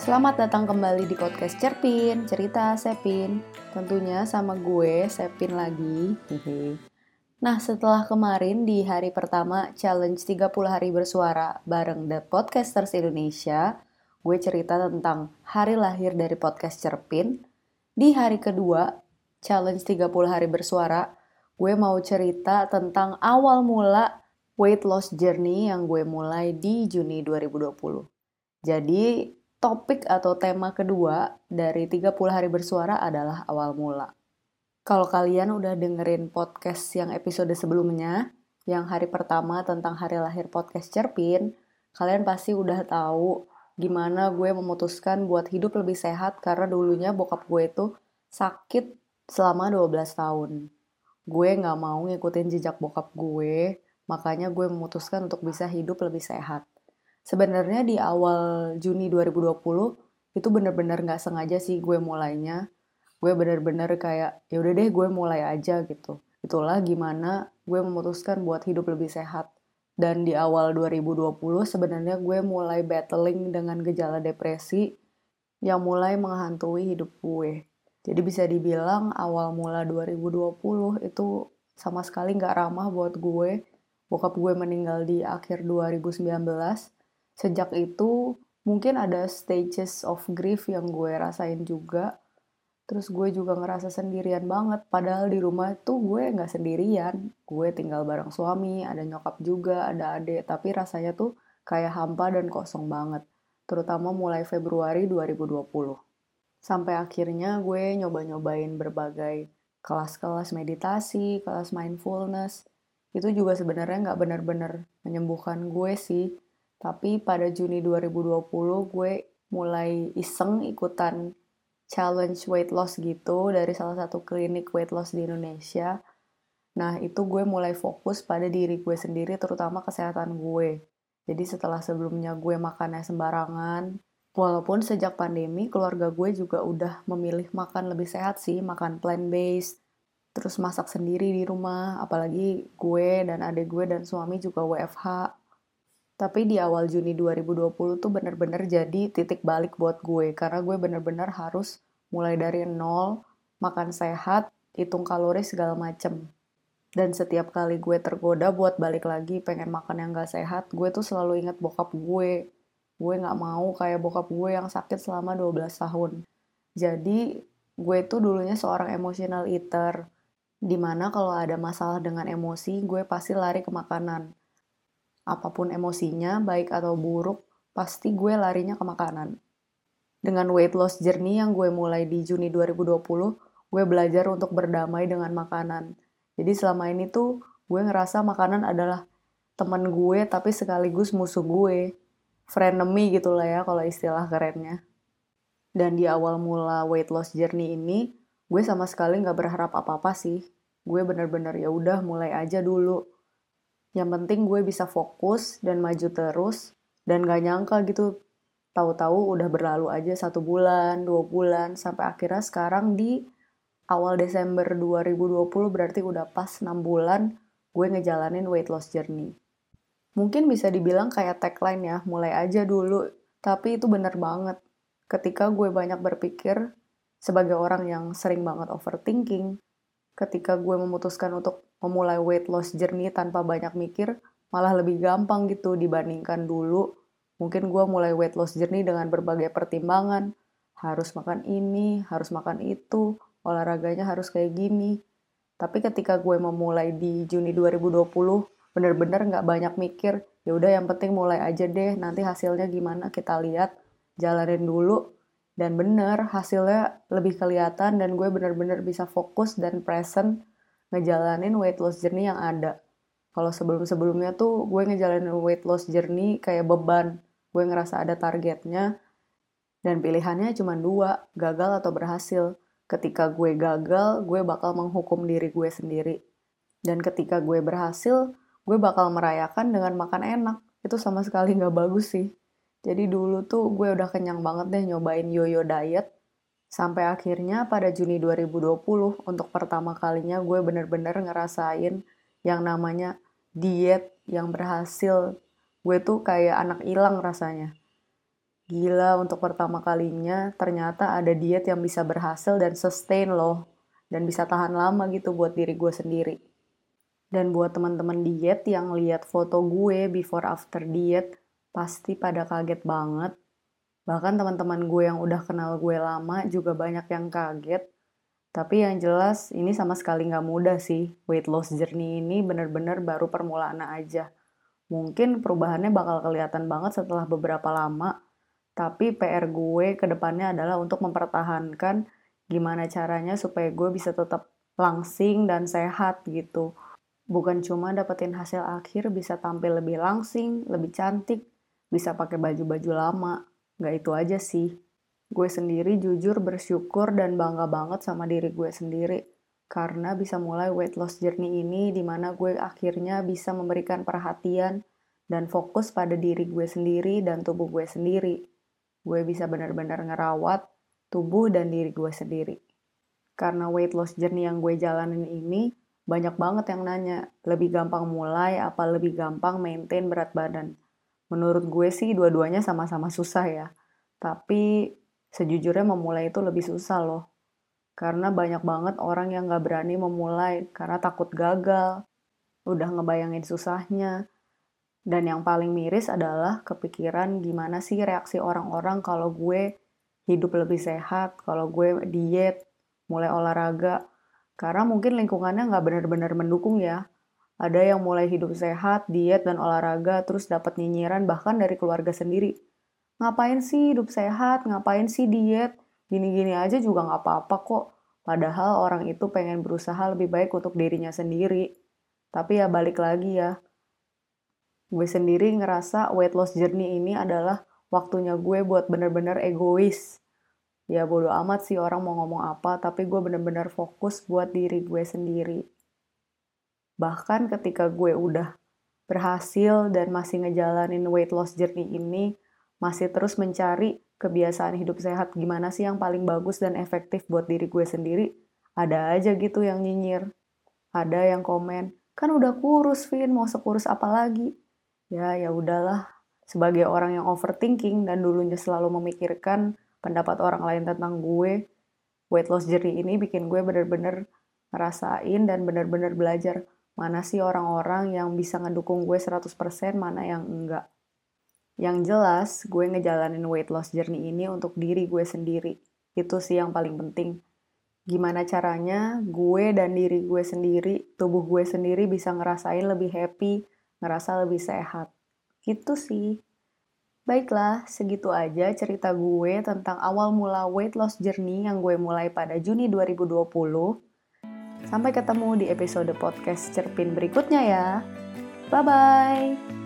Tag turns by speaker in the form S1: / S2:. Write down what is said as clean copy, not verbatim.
S1: Selamat datang kembali di podcast Cerpin, cerita Sepin. Tentunya sama gue, Sepin lagi. Nah, setelah kemarin di hari pertama challenge 30 hari bersuara bareng The Podcasters Indonesia, gue cerita tentang hari lahir dari podcast Cerpin. Di hari kedua, challenge 30 hari bersuara, gue mau cerita tentang awal mula weight loss journey yang gue mulai di Juni 2020. Jadi, topik atau tema kedua dari 30 hari bersuara adalah awal mula. Kalau kalian udah dengerin podcast yang episode sebelumnya, yang hari pertama tentang hari lahir podcast Cerpin, kalian pasti udah tahu gimana gue memutuskan buat hidup lebih sehat karena dulunya bokap gue itu sakit selama 12 tahun. Gue gak mau ngikutin jejak bokap gue, makanya gue memutuskan untuk bisa hidup lebih sehat. Sebenarnya di awal Juni 2020 itu bener-bener nggak sengaja sih gue mulainya. Gue bener-bener kayak ya udah deh gue mulai aja gitu. Itulah gimana gue memutuskan buat hidup lebih sehat. Dan di awal 2020 sebenarnya gue mulai battling dengan gejala depresi yang mulai menghantui hidup gue. Jadi bisa dibilang awal mula 2020 itu sama sekali nggak ramah buat gue. Bokap gue meninggal di akhir 2019. Sejak itu, mungkin ada stages of grief yang gue rasain juga. Terus gue juga ngerasa sendirian banget. Padahal di rumah tuh gue nggak sendirian. Gue tinggal bareng suami, ada nyokap juga, ada adik. Tapi rasanya tuh kayak hampa dan kosong banget. Terutama mulai Februari 2020. Sampai akhirnya gue nyoba-nyobain berbagai kelas-kelas meditasi, kelas mindfulness. Itu juga sebenarnya nggak benar-benar menyembuhkan gue sih. Tapi pada Juni 2020 gue mulai iseng ikutan challenge weight loss gitu dari salah satu klinik weight loss di Indonesia. Nah, itu gue mulai fokus pada diri gue sendiri, terutama kesehatan gue. Jadi setelah sebelumnya gue makannya sembarangan, walaupun sejak pandemi keluarga gue juga udah memilih makan lebih sehat sih, makan plant-based, terus masak sendiri di rumah, apalagi gue dan adik gue dan suami juga WFH. Tapi di awal Juni 2020 tuh bener-bener jadi titik balik buat gue, karena gue bener-bener harus mulai dari nol, makan sehat, hitung kalori segala macem. Dan setiap kali gue tergoda buat balik lagi pengen makan yang gak sehat, gue tuh selalu inget bokap gue. Gue gak mau kayak bokap gue yang sakit selama 12 tahun. Jadi, gue tuh dulunya seorang emotional eater. Dimana kalau ada masalah dengan emosi, gue pasti lari ke makanan. Apapun emosinya, baik atau buruk, pasti gue larinya ke makanan. Dengan weight loss journey yang gue mulai di Juni 2020, gue belajar untuk berdamai dengan makanan. Jadi selama ini tuh gue ngerasa makanan adalah teman gue tapi sekaligus musuh gue. Frenemy gitu lah ya kalau istilah kerennya. Dan di awal mula weight loss journey ini, gue sama sekali nggak berharap apa-apa sih. Gue bener-bener ya udah mulai aja dulu. Yang penting gue bisa fokus dan maju terus. Dan gak nyangka gitu, tahu-tahu udah berlalu aja 1 bulan, 2 bulan, sampai akhirnya sekarang di awal Desember 2020 berarti udah pas 6 bulan gue ngejalanin weight loss journey. Mungkin bisa dibilang kayak tagline ya, mulai aja dulu. Tapi itu bener banget. Ketika gue banyak berpikir, sebagai orang yang sering banget overthinking, ketika gue memutuskan untuk memulai weight loss journey tanpa banyak mikir, malah lebih gampang gitu dibandingkan dulu. Mungkin gue mulai weight loss journey dengan berbagai pertimbangan. Harus makan ini, harus makan itu, olahraganya harus kayak gini. Tapi ketika gue memulai di Juni 2020, bener-bener nggak banyak mikir. Ya udah yang penting mulai aja deh, nanti hasilnya gimana kita lihat, jalanin dulu. Dan bener, hasilnya lebih kelihatan dan gue bener-bener bisa fokus dan present ngejalanin weight loss journey yang ada. Kalau sebelum-sebelumnya tuh gue ngejalanin weight loss journey kayak beban. Gue ngerasa ada targetnya dan pilihannya cuma 2, gagal atau berhasil. Ketika gue gagal, gue bakal menghukum diri gue sendiri. Dan ketika gue berhasil, gue bakal merayakan dengan makan enak. Itu sama sekali nggak bagus sih. Jadi dulu tuh gue udah kenyang banget deh nyobain yo-yo diet. Sampai akhirnya pada Juni 2020, untuk pertama kalinya gue bener-bener ngerasain yang namanya diet yang berhasil. Gue tuh kayak anak hilang rasanya. Gila, untuk pertama kalinya ternyata ada diet yang bisa berhasil dan sustain loh. Dan bisa tahan lama gitu buat diri gue sendiri. Dan buat teman-teman diet yang lihat foto gue before after diet, pasti pada kaget banget. Bahkan teman-teman gue yang udah kenal gue lama juga banyak yang kaget. Tapi yang jelas ini sama sekali nggak mudah sih. Weight loss journey ini bener-bener baru permulaan aja. Mungkin perubahannya bakal kelihatan banget setelah beberapa lama. Tapi PR gue ke depannya adalah untuk mempertahankan gimana caranya supaya gue bisa tetap langsing dan sehat gitu. Bukan cuma dapetin hasil akhir bisa tampil lebih langsing, lebih cantik, bisa pakai baju-baju lama. Nggak itu aja sih. Gue sendiri jujur bersyukur dan bangga banget sama diri gue sendiri. Karena bisa mulai weight loss journey ini di mana gue akhirnya bisa memberikan perhatian dan fokus pada diri gue sendiri dan tubuh gue sendiri. Gue bisa benar-benar ngerawat tubuh dan diri gue sendiri. Karena weight loss journey yang gue jalanin ini, banyak banget yang nanya, lebih gampang mulai apa lebih gampang maintain berat badan? Menurut gue sih dua-duanya sama-sama susah ya. Tapi sejujurnya memulai itu lebih susah loh. Karena banyak banget orang yang gak berani memulai karena takut gagal, udah ngebayangin susahnya. Dan yang paling miris adalah kepikiran gimana sih reaksi orang-orang kalau gue hidup lebih sehat, kalau gue diet, mulai olahraga. Karena mungkin lingkungannya nggak benar-benar mendukung ya. Ada yang mulai hidup sehat, diet, dan olahraga, terus dapat nyinyiran bahkan dari keluarga sendiri. Ngapain sih hidup sehat? Ngapain sih diet? Gini-gini aja juga nggak apa-apa kok. Padahal orang itu pengen berusaha lebih baik untuk dirinya sendiri. Tapi ya balik lagi ya, gue sendiri ngerasa weight loss journey ini adalah waktunya gue buat bener-bener egois. Ya bodo amat sih orang mau ngomong apa, tapi gue bener-bener fokus buat diri gue sendiri. Bahkan ketika gue udah berhasil dan masih ngejalanin weight loss journey ini, masih terus mencari kebiasaan hidup sehat gimana sih yang paling bagus dan efektif buat diri gue sendiri, ada aja gitu yang nyinyir. Ada yang komen, kan udah kurus, Vin, mau sekurus apa lagi? Ya udahlah. Sebagai orang yang overthinking dan dulunya selalu memikirkan pendapat orang lain tentang gue, weight loss journey ini bikin gue bener-bener ngerasain dan bener-bener belajar mana sih orang-orang yang bisa ngedukung gue 100%, mana yang enggak. Yang jelas, gue ngejalanin weight loss journey ini untuk diri gue sendiri. Itu sih yang paling penting. Gimana caranya gue dan diri gue sendiri, tubuh gue sendiri bisa ngerasain lebih happy, ngerasa lebih sehat. Gitu sih. Baiklah, segitu aja cerita gue tentang awal mula weight loss journey yang gue mulai pada Juni 2020. Sampai ketemu di episode podcast Cerpin berikutnya ya. Bye-bye!